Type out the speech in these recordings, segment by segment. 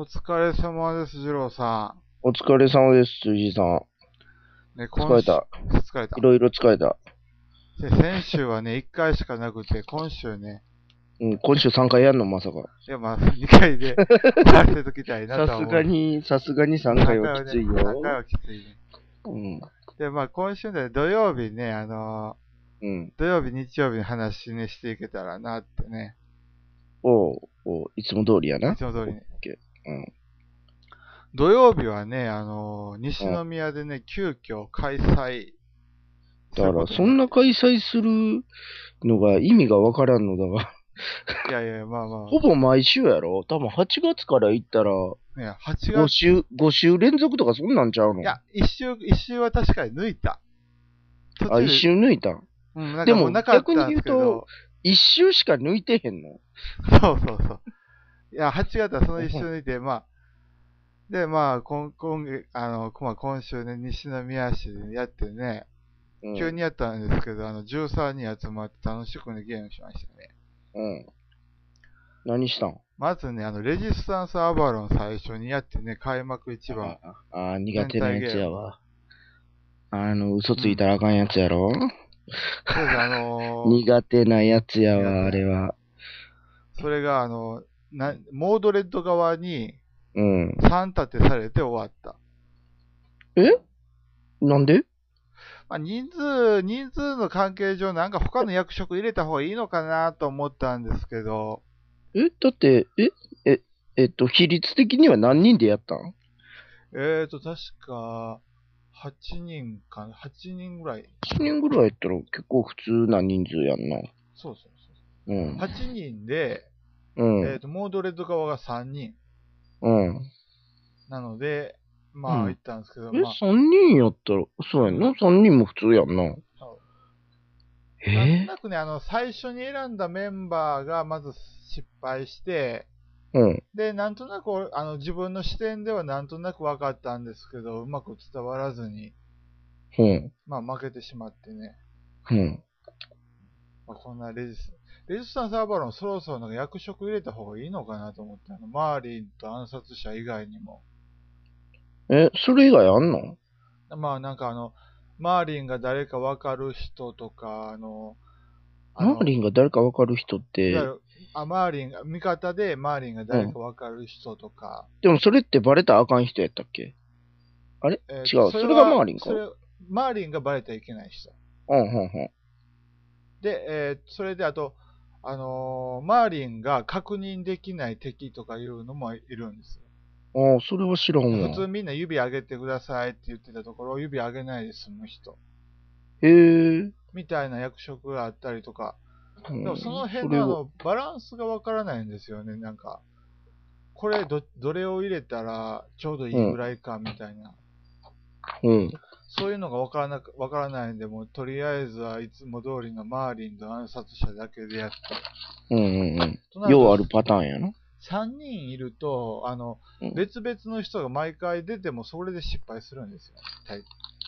お疲れ様です、二郎さお疲れ様です、辻井さん。 ん。ね、 疲れた。 疲れた。 いろいろ疲れた。 で、先週はね、1回しかなくて、今週ね、 うん、今週3回やんの、まさか。 いや、まあ、2回で終わらせときたいなさとは思う。 さすがに3 3 回は回はね、 きつい 3回よ。 はきついね。 うん、 で、まあ、今週ね、土曜日ね、 うん。 土曜日、日曜日の話ね、していけたらなってね、 いつも通りやな。 いつも通りオッね。 ケー。うん。 土曜日はね、西うん。 宮でね、急遽開催すだから、 ることになって。 そんな開催するのが意味がわからんのだが。 いやいや、まあまほぼ毎週やろ多分8月から行ったらあ、ね、8月、い 5週連続とかそんなんちゃうの？ や、一周は確かに抜いた。途あ、一中、 周抜いたん？ うん、なんでかもうも逆になかったんで言うと、 すけど、 一周しか抜いてへんの？ そうそうそう。いや、8月はその一うん周抜いて、まあ、で、まあ、今月、まあ、今週ね、西宮市でやってね、 うん。 急にやったんですけど、13人集まって楽しくね、ゲームしましたね。 うん。何したん？ まずね、レジスタンスアバロン最初にやってね、開幕一番、 苦全手なや体ゲーム。 つやわ。嘘うん。 ついたらあかんやつやろ？ そうです、 苦手なやつやわ、あ苦手な。 れは。 それが、モードレッド側にうん。 3立てされて終わった。 えなんで？ まあ、人数の関係上、なんか他の役職入れた方がいいのかなと思ったんですけど、 だって、比率的には何人でやったん？ 確か、8人かな、8人ぐらい。 8 人ぐらいやったら結構普通な人数やんな。 そうそうそう。 うん。 8人で、 うん。 モードレッド側が3人。 うん。 なので、まあ、行うん。 ったんですけど、まあ、 3人やったら、そうやんな。 うん。 3人も普通やんな。 なんとえなくね、最初に選んだメンバーがまず失敗して、 うん。 で、なんとなく、自分の視点ではなんとなく分かったんですけど、うまく伝わらずに、 うん。 まあ、負けてしまってね。 うん。 まあ、こんなレジスタンスアバロンそろそろなんか役職入れた方がいいのかなと思って、マーリンと暗殺者以外にも。 それ以外あんの？ まあなんかマーリンが誰かわかる人とか、あの、 マーリンが誰かわかる人って、 いわゆる、マーリンが、味方でマーリンが誰うん。 かわかる人とか、 でもそれってバレたらあかん人やったっけ？あれ違う。それがマーリンか？ マーリンがバレたらいけない人。 うん、うん、うん。 で、それであと、マーリンが確認できない敵とかいうのもいるんですよ。 ああ、それは知らん普わ。 通みんな指上げてくださいって言ってたところ、指上げないで済む人。 へえ、 みたいな役職があったりとか。でもそうん、 の辺それは、 のバランスがわからないんですよね。なんか、これどれを入れたらちょうどいいぐうん、 らいかみたいな。 うん、 そういうのがわからないんで、もうとりあえずはいつも通りのマーリンと暗殺者だけでやって。 うん、うん、うん。 となると、 ようあるパターンやな。 3人いると、 うん。 別々の人が毎回出てもそれで失敗するんですよね。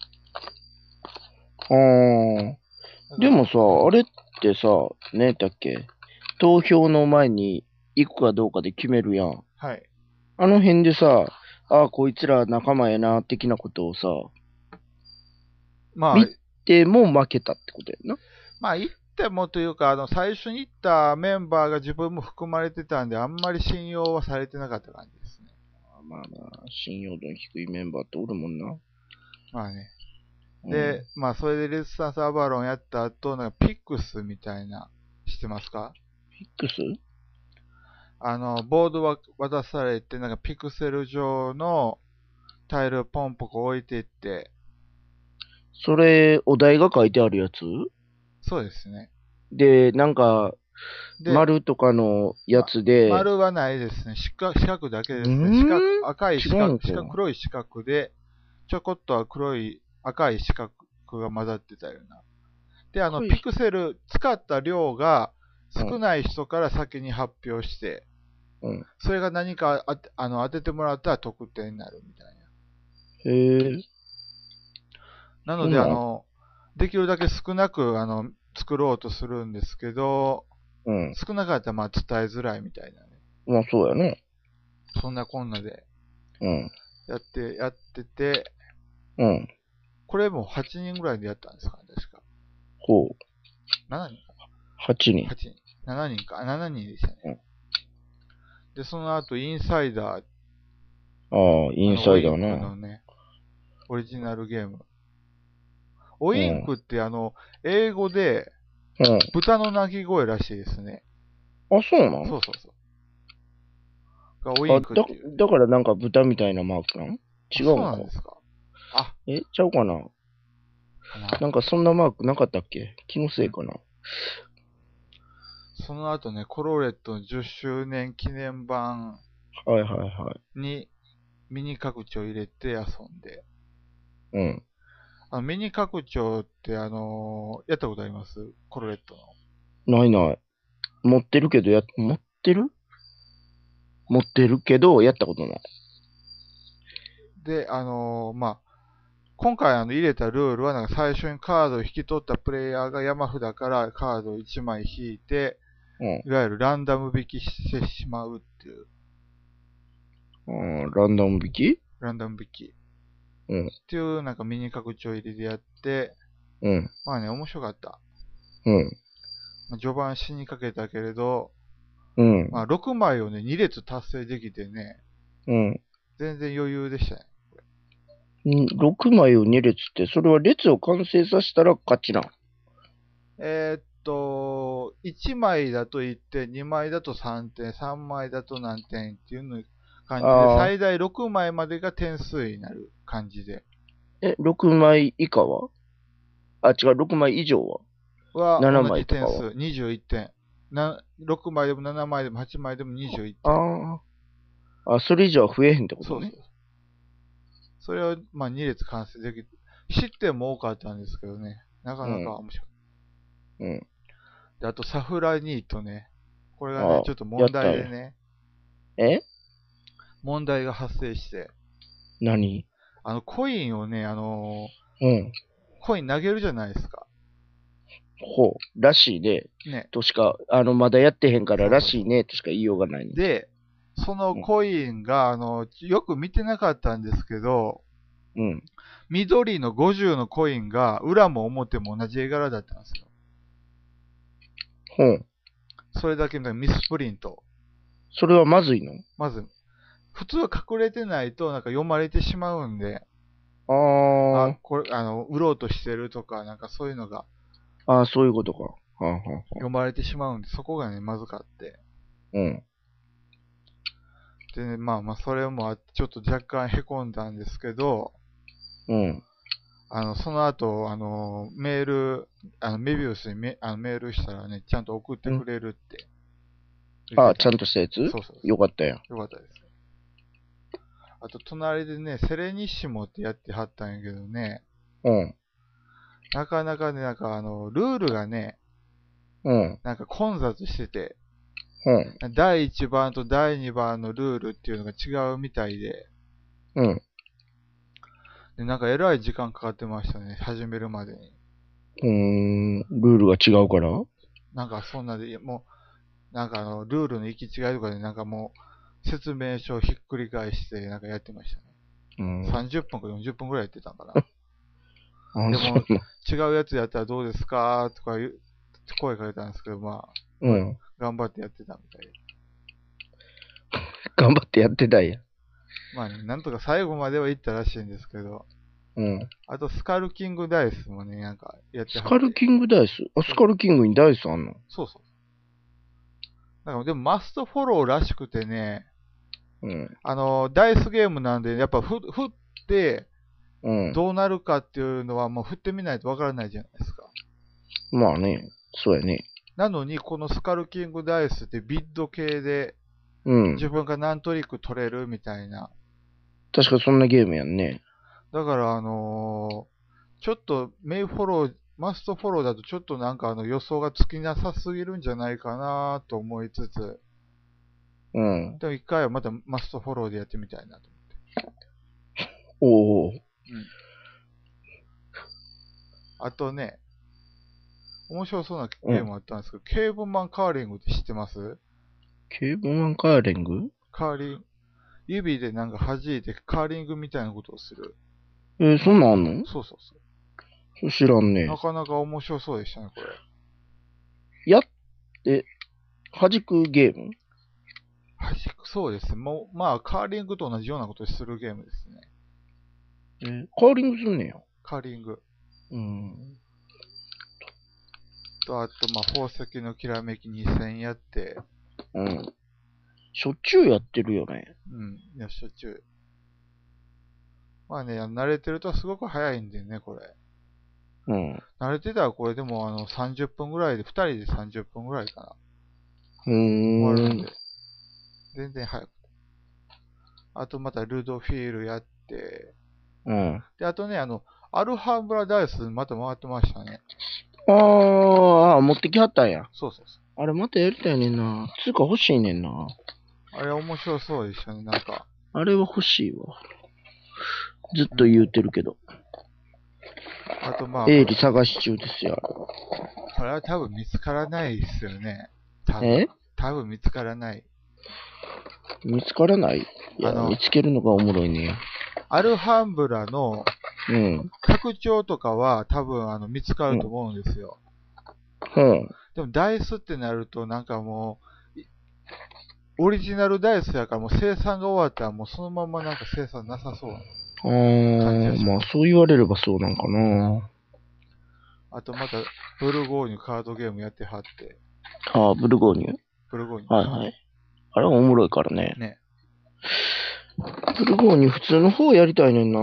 ああ、 だから、 でもさ、あれってさ、ねだっけ、投票の前に行くかどうかで決めるやん。 はい。 あの辺でさ、ああ、こいつら仲間やな、的なことをさ、 まあ、 見ても負けたってことやんな。 まあ、言ってもというか、最初に行ったメンバーが自分も含まれてたんで、あんまり信用はされてなかった感じですね。 まあまあ、信用度の低いメンバーっておるもんな。 まあね。 うん。 で、まあ、それでレジスタンスアバロンやった後、なんかピックスみたいな、知ってますか？ ピックス？ ボードは渡されて、なんかピクセル状のタイルをポンポコ置いていって、 それ、お題が書いてあるやつそうですね。 で、なんか、 で、 丸とかのやつで、 丸はないですね。四角だけうですね。 ーん赤い違四角、 うんか。 黒い四角で、ちょこっとは赤い四角が混ざってたような。で、 赤い、 ピクセル使った量がうん、 少ない人から先に発表して、 うん。 それが何か当ててもらったら得点になるみたいへえ、 な。なので、 そんなん、 できるだけ少なく、作ろうとするんですけど、 うん。 少なかったらまあ伝えづらいみたいなね。 まあそうやな。 そんなこんなでうん。 やってて、 うん。 これも8人ぐらいでやったんですかね、確か。 ほう。 7人か 8人。 8人。7人か。7人でしたね。 うん。 で、その後、インサイダー、 ああ、インサオインイダーな。 クのね、オリジナルゲーム。オうん。 インクって英語でうん。 豚の鳴き声らしいですね。 あ、そうなんそうそうそう。がオイあ、 ンクっていう。 だからなんか豚みたいなマークなんあ、そう違うんか。 なんですか。あ、 ちゃうかな。 かな。 なんかそんなマークなかったっけ？気のせいかな。 その後ね、コロレットの10周年記念版はいはいはい。 にミニ拡張入れて遊んで。 うん。 ミニ拡張ってやったことあります？コロレットの。 ないない。持ってる持ってるけど、やったことない。 で、まあ、今回入れたルールは、なんか最初にカードを引き取ったプレイヤーが山札からカードを1枚引いて、 うん。 いわゆるランダム引きしてしまうっていう、 ランダム引き。 ランダム引きっうん。 ていうなんかミニ拡張入りでやって、 うん。 まあね、面白かった。 うん。 まあ、序盤死にかけたけれど、 うん。 まあ6枚をね、2列達成できてね、 うん。 全然余裕でしたね。 6枚を2列って、それは列を完成させたら勝ちなん？ 1枚だと1点、2枚だと3点、3枚だと何点っていうの感じで、 ああ、 最大6枚までが点数になる感じで。 6枚以下は？あ、違う、6枚以上は？ 7 同じ枚とかは？ 点数、21点。6枚でも7枚でも8枚でも21点。 ああ、それ以上は増えへんってことね。 そうそう。それを、まあ、2列完成できて、失点も多かったんですけどね、なかなかうん。 面白い。 うん。 で、あと、サフラニートね。これがね、 ああ、 ちょっと問やったんや。 題でね、 え問題が発生して、 何？ コインをね、 うん。 コイン投げるじゃないですか。 ほう。らしいね。 ね。 としか、まだやってへんからそうそうそらしいねとしか言いようがないね。 う。で、そのうん。 コインが、よく見てなかったんですけど、 うん。 緑の50のコインが、裏も表も同じ絵柄だったんですよ。 ほう。 それだけのミスプリント。 それはまずいの？ まず、普通は隠れてないと、なんか読まれてしまうんで、 あこれ、売ろうとしてるとか、なんかそういうのがあ、ああ、そういうことか。はあ、はあ、はあ。 読まれてしまうんで、そこがね、まずかって。 うん。 でね、まあまあ、それもあって、ちょっと若干凹んだんですけど、 うん。 その後、メール、メビウスにメールしたらね、ちゃんと送ってうん。 くれるって言っああ、 てたんで。 ちゃんとしたやつ？ そうそうそよかったやん。 う。よかったです。あと、隣でね、セレニッシモってやってはったんやけどね、 うん。 なかなかね、なんかルールがね、 うん。 なんか混雑してて、 うん。 第1番と第2番のルールっていうのが違うみたいで、 うん。 で、なんかえらい時間かかってましたね、始めるまでに。 ルールが違うから？ なんかそんなで、もう、なんかルールの行き違いとかで、なんかもう、説明書をひっくり返して、なんかやってましたね。 うん。 30分か40分くらいやってたんかな。 ああ、 でも、 そうな。 違うやつやったらどうですかとか声かけたんですけど、まあ、まあ、 うん。 頑張ってやってたみたいで。 頑張ってやってたんや。 まあね、なんとか最後までは行ったらしいんですけど、 うん。 あとスカルキングダイスもね、なんかやってスはって。 カルキングダイス。あ、スカルキングにダイスあんの？ そうそう。なんかでもマストフォローらしくてね、 うん。 ダイスゲームなんで、やっぱ振って、 うん。 どうなるかっていうのはもう振ってみないとわからないじゃないですか。 まあね。そうやね。 なのに、このスカルキングダイスってビッド系でうん。 自分が何トリック取れるみたいな。 確かそんなゲームやんね。 だから、ちょっとメインフォロー、マストフォローだとちょっとなんか予想がつきなさすぎるんじゃないかなと思いつつ、 うん。 でも一回はまたマストフォローでやってみたいなと。 おお。 うん。あとね、面白そうなうん。 ゲームあったんですけど、ケーブマンカーリングって知ってます？ ケーブルマンカーリング？ カーリング。 指でなんか弾いてカーリングみたいなことをする。 そんなんあんの？ そうそうそそう知らんう。 ね。 なかなか面白そうでしたね、これ。 やって、弾くゲーム？ 弾く、そうですね。もう、まあ、カーリングと同じようなことをするゲームですね。 カーリングすんねや。 カーリング。 うん。 あと、まあ、宝石のきらめき2000やって、 うん。しょっちゅうやってるよね。 いや、しょっちゅう。まあね、慣れてるとすごく早いんでね、これ。 うん。 慣れてたらこれでも30分ぐらいで、2人で30分ぐらいかな。終わるんで。全然早く。あとまたルドフィールやって、 うん。 で、あとね、アルハンブラダイスまた回ってましたね。 持ってきはったんや。 そうそうそあれまたやりたいねんな。つうか欲しいねんな。 う。あれ面白そうでしたね、なんか。 あれは欲しいわ。ずっと言うてるけど。 あとまあ、 営利探し中ですよ。 これは多分見つからないですよね。多分見つからない。 見つからない？いや、見つけるのがおもろいね。 アルハンブラのうん。 拡張とかは多分見つかると思うんですよ。でもダイスってなるとなんかもう、オリジナルダイスやからもう生産が終わったらもうそのままなんか生産なさそうな感じがしまあます。 そう言われればそうなんかな。 あとまたブルゴーニュカードゲームやってはって。 ブルゴーニュ。 ブルゴーニュ。 はいはい。あれはおもろいからね。 ね。 ブルゴーニュ普通の方やりたいねんな。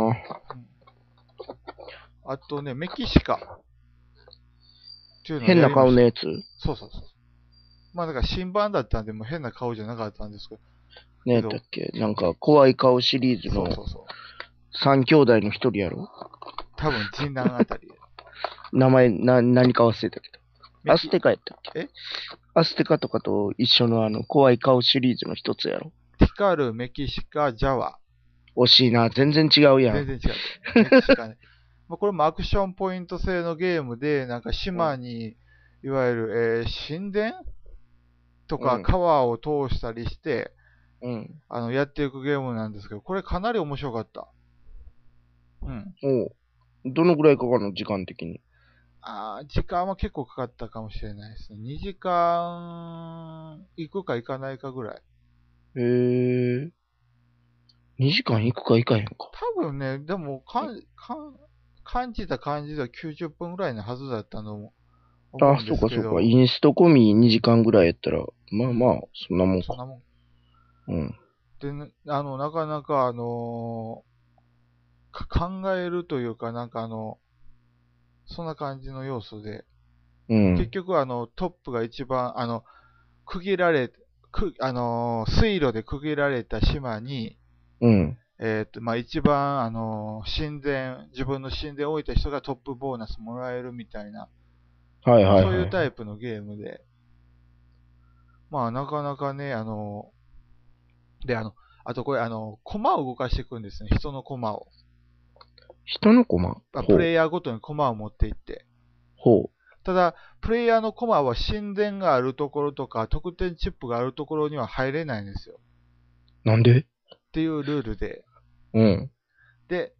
あとね、メキシカ。っていうのを変な顔のやつ。 そうそうそう。まあだから新版だったんでもう変な顔じゃなかったんですけど。 ねえだっけなんか怖い顔シリーズの3兄弟の1人やろ。 多分次男あたり。 名前何か忘れたけど。アステカやったっけ？アステカとかと一緒の怖い顔シリーズの一つやろ。 ティカル、メキシカ、ジャワ。 惜しいな。全然違うやん。 全然違う。メキシカね。まあこれもアクションポイント制のゲームで、なんか島に、いわゆる、神殿とか川を通したりして、やっていくゲームなんですけど、これかなり面白かった。 どのぐらいかかるの時間的に。 時間は結構かかったかもしれないですね。2時間行くか行かないかぐらい。 2時間行くか行かへんか。 多分ね、でも感じた感じでは90分ぐらいのはずだったのも思うんですけど。 そうかそうか。インスト込み2時間ぐらいやったら、まあまあ、そんなもんか。 そんなもん。 で、 なかなか考えるというか、なんかそんな感じの要素で、結局トップが一番、区切られ、水路で区切られた島に、まあ一番、自分の神殿を置いた人がトップボーナスもらえるみたいな、そういうタイプのゲームで、まあなかなかね、で、あとこれ、駒を動かしていくんですね、人の駒を。 人の駒？ プレイヤーごとに駒を持っていって。ただ、プレイヤーの駒は神殿があるところとか、得点チップがあるところには入れないんですよ。 なんで？ っていうルールで。で、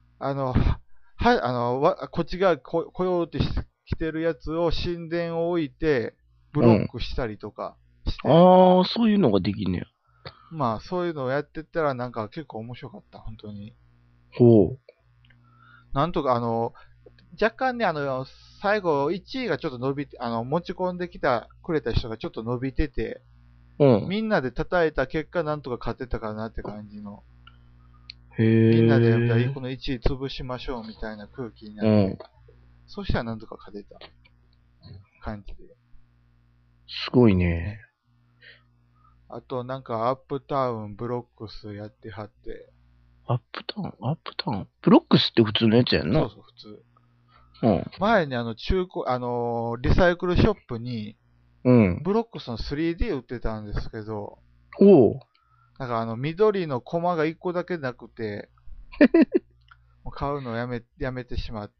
こっちが来ようって来てるやつを神殿を置いて、ブロックしたりとかして。 そういうのができんねや。 まあ、そういうのをやってったら、なんか結構面白かった、本当に。なんとか、若干ね、最後、1位がちょっと伸びて、持ち込んでくれた人がちょっと伸びてて、みんなで叩いた結果、なんとか勝てたかなって感じの。みんなで、この1位潰しましょうみたいな空気になって、そしたらなんとか勝てた感じで。 すごいね。 あと、なんか、アップタウン、ブロックスやってはって。 アップタウンブロックスって普通のやつやんな。 そうそう、普通。前に中古、リサイクルショップに、ブロックスの 3D 売ってたんですけど、なんか緑のコマが1個だけなくて、もう買うのをやめてしまって。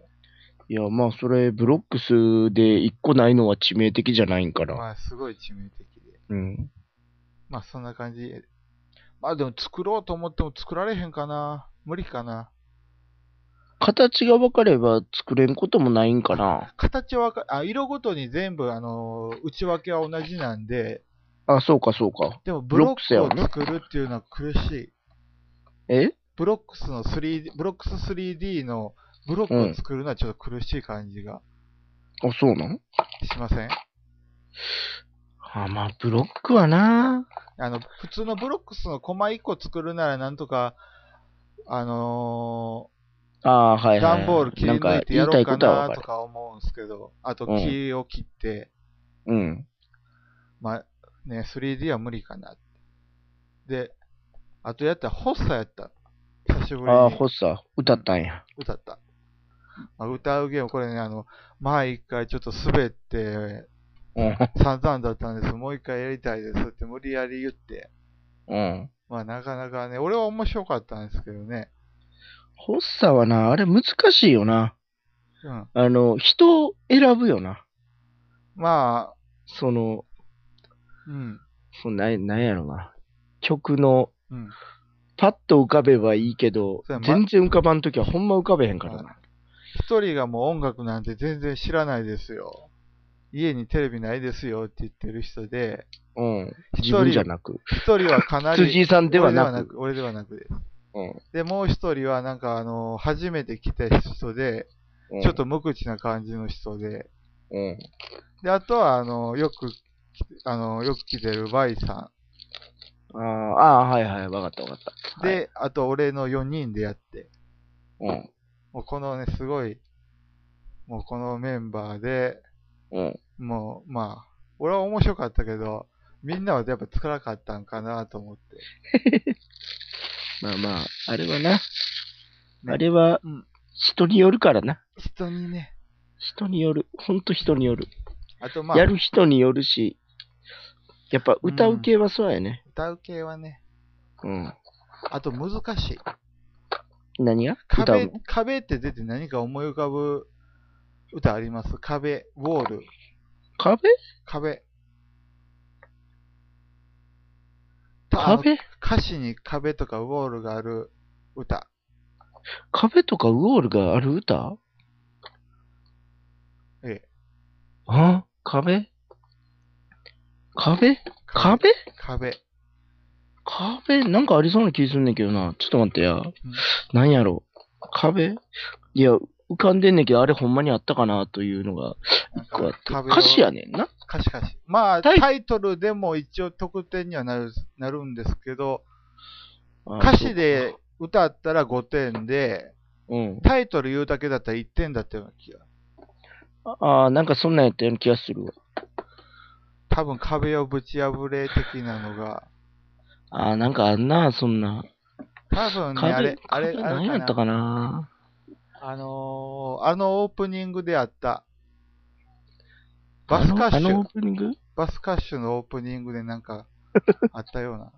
いや、まあ、それ、ブロックスで1個ないのは致命的じゃないんから。 まあ、すごい致命的で。まあ、そんな感じ。 まあでも作ろうと思っても作られへんかな。無理かな。 形が分かれば作れんこともないんかな。 形は色ごとに全部、内訳は同じなんで。 あ、そうかそうか。 でもブロックを作るっていうのは苦しい。ブロックス 3D のブロックを作るのはちょっと苦しい感じが。 あ、そうなんしません？ まあ、ブロックはな。 普通のブロックスのコマ1個作るならなんとか、 はいはい。 段ボール切り抜いてやろうかなとか思うんですけど、あと木を切って、まあね、3D は無理かな。で、あとやったらホッサやった。久しぶりに。 ホッサ、歌ったんや。 歌った。歌うゲーム、これね、前一回ちょっと滑って、散々だったんです。もう一回やりたいですって無理やり言って。まあなかなかね、俺は面白かったんですけどね。 ホッサはな、あれ難しいよな。人を選ぶよな。 まあ、 なんやろな。曲の、パッと浮かべばいいけど、全然浮かばんときはほんま浮かべへんからな。 一人がもう音楽なんて全然知らないですよ。家にテレビないですよって言ってる人で、 自分じゃなく。 一人はかなり、 辻井さんではなく。 俺ではなくです。で、もう一人はなんか初めて来た人で、ちょっと無口な感じの人で、で、あとはよく来てるバイさん。はいはい、わかったわかった。 で、あと俺の4人でやって、もうこのね、すごい、もうこのメンバーで、もう、まあ、俺は面白かったけど、みんなはやっぱ辛かったんかなと思って。 まあまあ、あれはな。あれは、人によるからな。 人にね。 人による。ほんと人による。 あとまあ。 やる人によるし、やっぱ歌う系はそうやね。 歌う系はね。あと難しい。 何が壁って出て何か思い浮かぶ歌あります？壁、ウォール。壁。歌詞に壁とかウォールがある歌。 壁とかウォールがある歌？ ええ。 壁なんかありそうな気すんねんけどな。ちょっと待ってや。なんやろ。壁？いや、浮かんでんねんけど、あれほんまにあったかなというのが一個あって。歌詞やねんな。 歌詞。まあ、タイトルでも一応得点にはなるんですけど、歌詞で歌ったら5点で、タイトル言うだけだったら1点だったような気が。 なんかそんなんやったような気がするわ。 多分壁をぶち破れ的なのが。 なんかあんな、そんな。 多分ね、あれ何やったかな。 オープニングであった。バスカッシュ。バスカッシュのオープニングでなんか、あったような。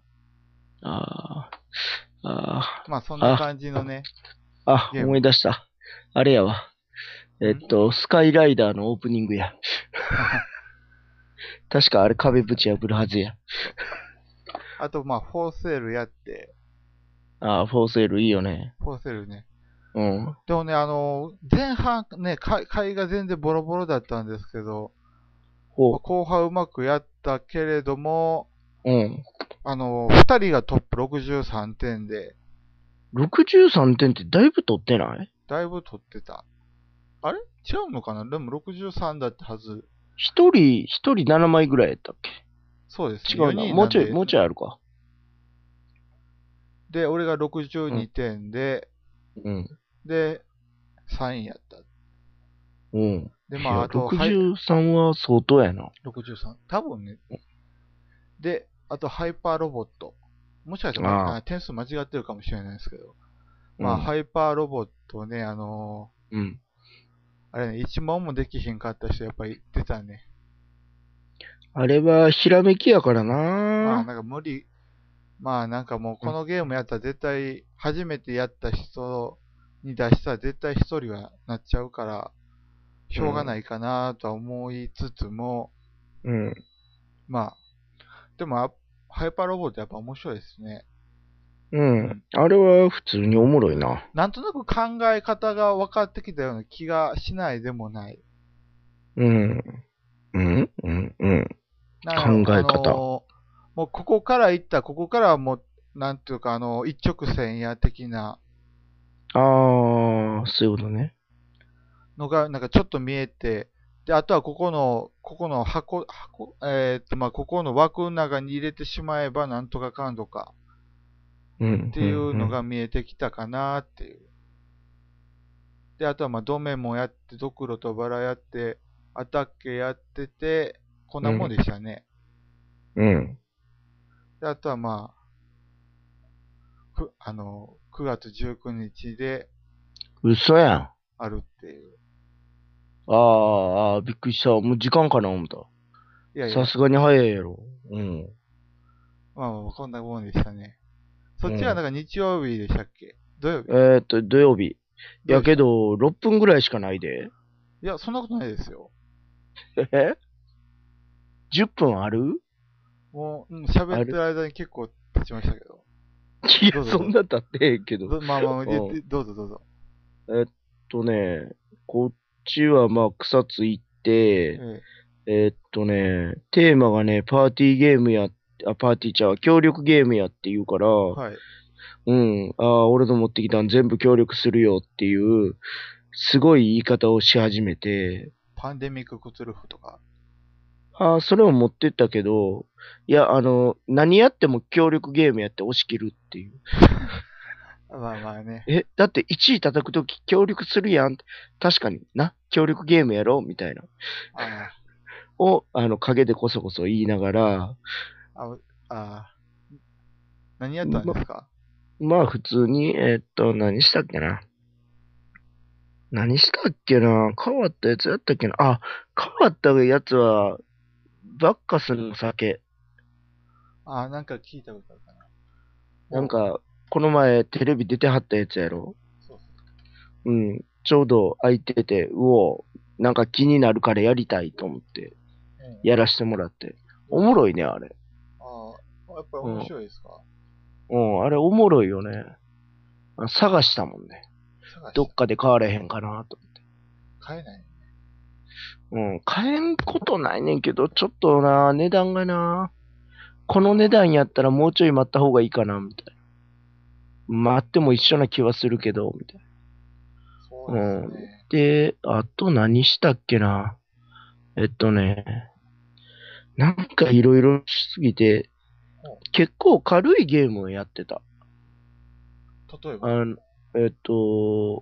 まあそんな感じのね。 思い出した。あれやわ。スカイライダーのオープニングや。確かあれ壁ぶち破るはずや。 あと、まあ、フォーセールやって。 フォーセールいいよね。 フォーセールね。でもね、前半ね、回が全然ボロボロだったんですけど、後半うまくやったけれども、2人がトップ63点で。 63点ってだいぶ取ってない？ だいぶ取ってた。あれ違うのかな？でも63だったはず。 一人7枚ぐらいやったっけ？ そうですね。違うな。もうちょいあるか。 で、俺が62点で、で、3位やった。で、まあ、あと、 63は相当やな。 63。多分ね。で、あと、ハイパーロボット。もしかしたら、点数間違ってるかもしれないですけど。まあ、ハイパーロボットね、あれね、1問もできひんかった人やっぱり出たね。 あれはひらめきやからな。 まあ、なんか無理。まあ、なんかもうこのゲームやったら絶対、初めてやった人に出したら絶対1人はなっちゃうから、しょうがないかなとは思いつつも、まあ、でも、ハイパーロボットやっぱ面白いですね。 うん。あれは普通におもろいな。 なんとなく考え方が分かってきたような気がしないでもない。 うん。うん。うん。うん。 なんやろ、 考え方。 もうここから行った、ここからはもう、なんていうか、一直線や的なああ、そういうことね。 のが、なんかちょっと見えて、で、あとはここのまあ、ここの枠の中に入れてしまえば、なんとかかんとかうん。 ってうん。 いうのがうん。 見えてきたかなっていう。で、あとはまあ、ドメもやって、ドクロとバラやって、アタッケやってて、こんなもんでしたね。 うん。 で、あとはまあ、9月19日で嘘やん。 あるっていう。 ああ、びっくりした。もう時間かな思った。 いやいや、 さすがに早いやろ。うん。 まあまあ、こんなもんでしたね。そっちはなんうん。 か日曜日でしたっけ？土曜日土曜日。やどうでした？ けど、6分ぐらいしかないで。 いや、そんなことないですよ。 え ?10 分あるもう、喋ってあるる間に結構経ちましたけど。 いや、 どうぞどうぞ。 そんな経ってへんけど。 まあまあまあ、 うん。 どうぞどうぞ。 えっね、こっちはまあ草ついて、 えテーマがね、パーティーゲームや、パーティーちゃう、協力ゲームやって言うから、 はい。 うん、俺の持ってきたん全部協力するよっていう、すごい言い方をし始めて、 パンデミッククツルフとか。 それを持ってったけど、いや、何やっても協力ゲームやって押し切るっていう。 まあまあね。 だって1位叩くとき協力するやん。確かにな、協力ゲームやろみたいな。 あを、陰でこそこそ言いながら、 あ、何やったんでま、 すか？ まあ普通に、何したっけな。何したっけな。変わったやつやったっけな。変わったやつは、バッカスの酒。 なんか聞いたことあるかな。 なんか、この前テレビ出てはったやつやろ。 そうそうん。ちょうど空いてて、なんか気になるからやりたいと思って、 う。うん。 やらしてもらって。 どうでした？ おもろいね、あれ。 やっぱり面うん。 白いですか？ うん、あれおもろいよね。探したもんね。 探した。 どっかで買われへんかなと。 買えない。 うん、買えんことないねんけど、ちょっとな、値段がな、この値段やったらもうちょい待った方がいいかな、みたいな。待っても一緒な気はするけど、みたいそうな。 ですうん。 ね。 で、あと何したっけな。えっとね、なんかいろいろしすぎて、 ほ結構軽いゲームをやってた。 例えば。 あの、えっと、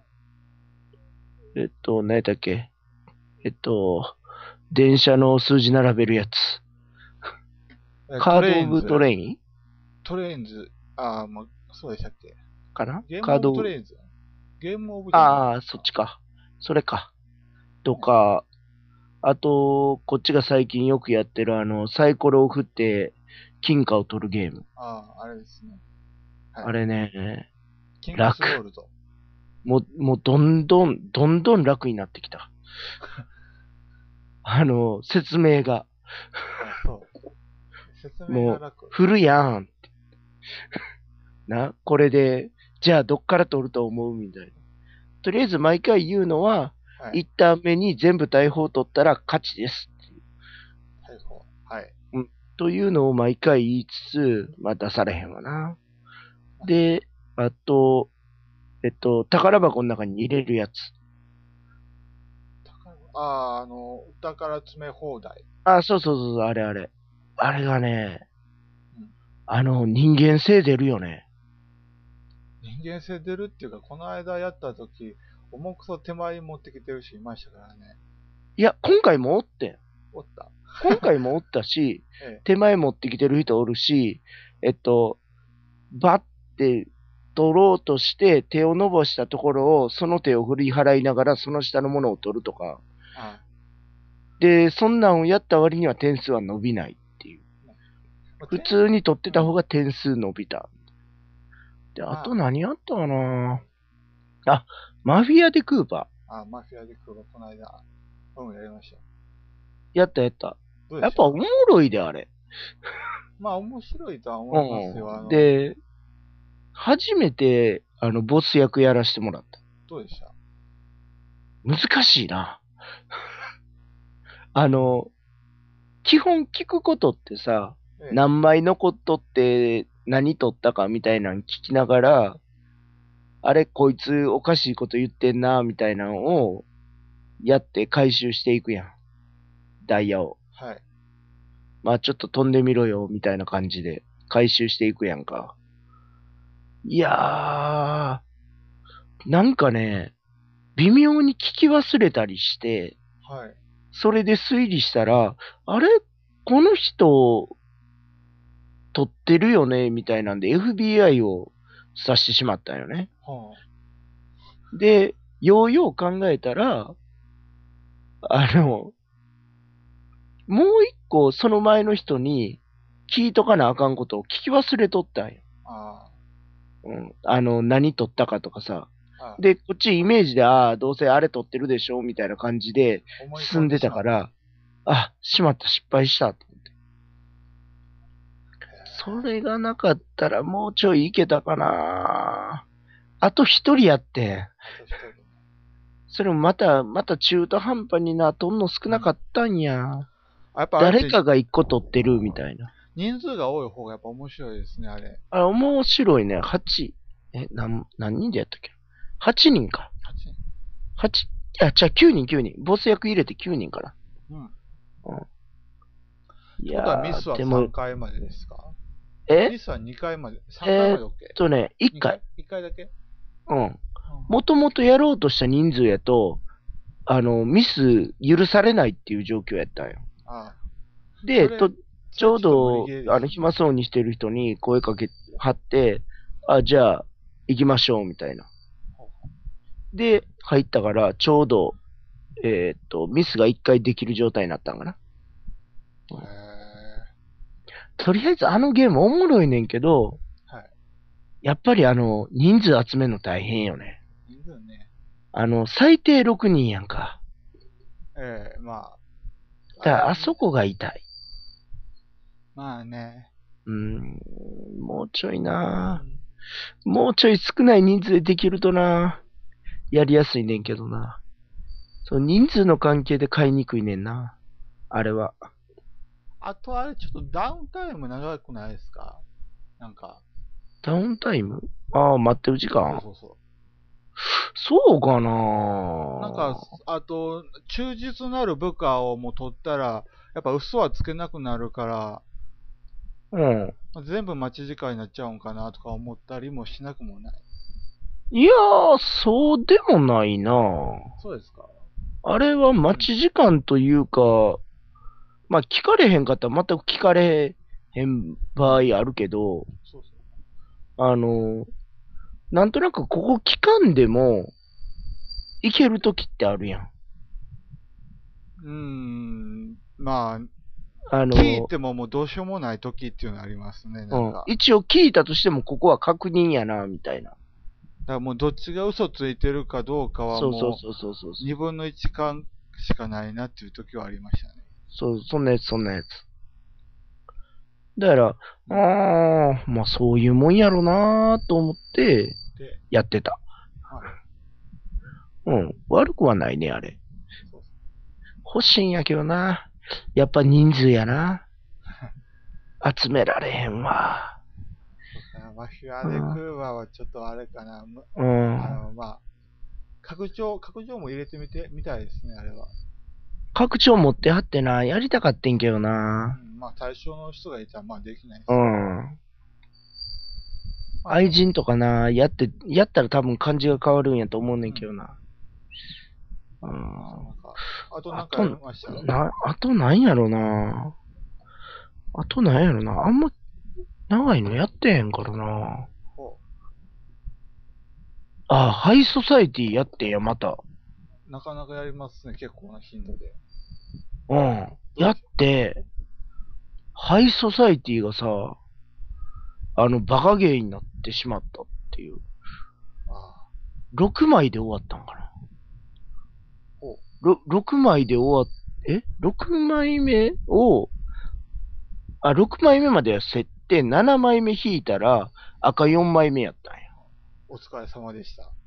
何やったっけえっと、電車の数字並べるやつ。 トカードオブトレインズレイントレインズ、まあ、そうでしたっけ？ かなゲームオブカード、 トレインズゲームオブじゃないのそっか。 ちか。それか。とか、あと、こっちが最近よくやってるサイコロを振って金貨を取るゲーム。 あれですね。はい。 あれね、 キングスゴー楽。 ルド。 もうどんどん楽になってきた。説明が。 そう。説明もう、 が楽。 振るやん。これで、じゃあどっから取ると思うみたいな。とりあえず毎回言うのは、 はい。 一旦目に全部大砲取ったら勝ちです。 大砲。はい。 うん。というのを毎回言いつつ、まあ出されへんわな。で、あと、宝箱の中に入れるやつ。 宝詰め放題。 そうそうそう、あれあれ。あれがね、 うん。 人間性出るよね。 人間性出るっていうか、この間やった時、重くそ手前に持ってきてる人いましたからね。 いや、今回もおってん。 おった。 今回もおったし、 ええ。 手前持ってきてる人おるし、バッて取ろうとして手を伸ばしたところを、その手を振り払いながらその下のものを取るとか。 あで、そんなんをやった割には点数は伸びないっていう。普通に取ってた方が点数伸びた。で、あと何やったかなマフィアでクーパー。マフィアでクーパー、この間、やりました。 やったやった。 どうでした？ やっぱおもろいで、あれ。 まあ、面白いとはう思いますよ。 ん。で、 初めて、ボス役やらせてもらった。 どうでした？ 難しいな。基本聞くことってさ、何枚残っとって何取ったかみたいなの聞きながら、あれ、こいつおかしいこと言ってんな、みたいなのをやって回収していくやん。ダイヤを。 はい。 まあちょっと飛んでみろよ、みたいな感じで回収していくやんか。いやー、なんかね、微妙に聞き忘れたりして、 はい。 それで推理したら、あれこの人、取ってるよねみたいなんで FBI を指してしまったんよね。はあ、で、ようよう考えたら、もう一個その前の人に聞いとかなあかんことを聞き忘れとったんよ。あうん。何取ったかとかさ。で、こっちイメージで、どうせあれ取ってるでしょみたいな感じで進んでたから、しまった、失敗したと思って。それがなかったらもうちょいいけたかな。あと一人やって。それもまた中途半端にな、とんの少なかったんや。やっぱ誰かが一個取ってるみたいな。 人数が多い方がやっぱ面白いですね、あれ。 面白いね。何人でやったっけ？ 8 人か。じゃあ9人。ボス役入れて9人かな。うん。 いやー、ミスは3回までですか？ミスは2回まで、3回まで OK？1回。 1回だけ？ うん。もともとやろうとした人数やと、ミス許されないっていう状況やったんよ。で、ちょうど、暇そうにしてる人に声かけ、はって、じゃあ、行きましょう、みたいな。で、入ったから、ちょうど、ミスが1回できる状態になったんかな。とりあえずあのゲームおもろいねんけど、はい、やっぱり人数集めるの大変よね。人数ね。最低6人やんか。 まあ。 だからあそこが痛い。 まあね。 もうちょいな、もうちょい少ない人数でできるとな、やりやすいねんけどな。そう、人数の関係で買いにくいねんな。あれは。 あとあれ、ちょっとダウンタイム長くないですか？なんか。 ダウンタイム？待ってる時間？そうかな。 なんか、あと、忠実なる部下をもう取ったら、やっぱ嘘はつけなくなるから、全部待ち時間になっちゃうんかなとか思ったりもしなくもない。 いやー、そうでもないな。 そうですか。 あれは待ち時間というか、まあ聞かれへんかったら全く聞かれへん場合あるけど、なんとなくここ期間でも、いけるときってあるやん。まあ、聞いてももうどうしようもないときっていうのありますね、なんか。 一応聞いたとしてもここは確認やな、みたいな。だからもうどっちが嘘ついてるかどうかはもう、2分の1間しかないなっていうときはありましたね。 そんなやつ。だから、まあそういうもんやろなと思って、やってた。悪くはないね、あれ。欲しいんやけどな。やっぱ人数やな。集められへんわ。 わしあれクーバーはちょっとあれかな。まあ、拡張も入れてみたいですね、あれは。 拡張持ってはってな、やりたかってんけどな。 まあ対象の人がいたらまあできないです、 愛人とかな、やったら多分感じが変わるんやと思うねんけどな。 あとなんかやりました？ あとなんやろな。あんま長いのやってへんからな。ハイソサイティやってんや、また。 なかなかやりますね、結構な頻度で。 やって、ハイソサイティがさ、バカゲーになってしまったっていう。6枚で終わったんかな。6枚で終わっ、6枚目を、6枚目まではって7枚目引いたら赤4枚目やったんや。 お疲れ様でした。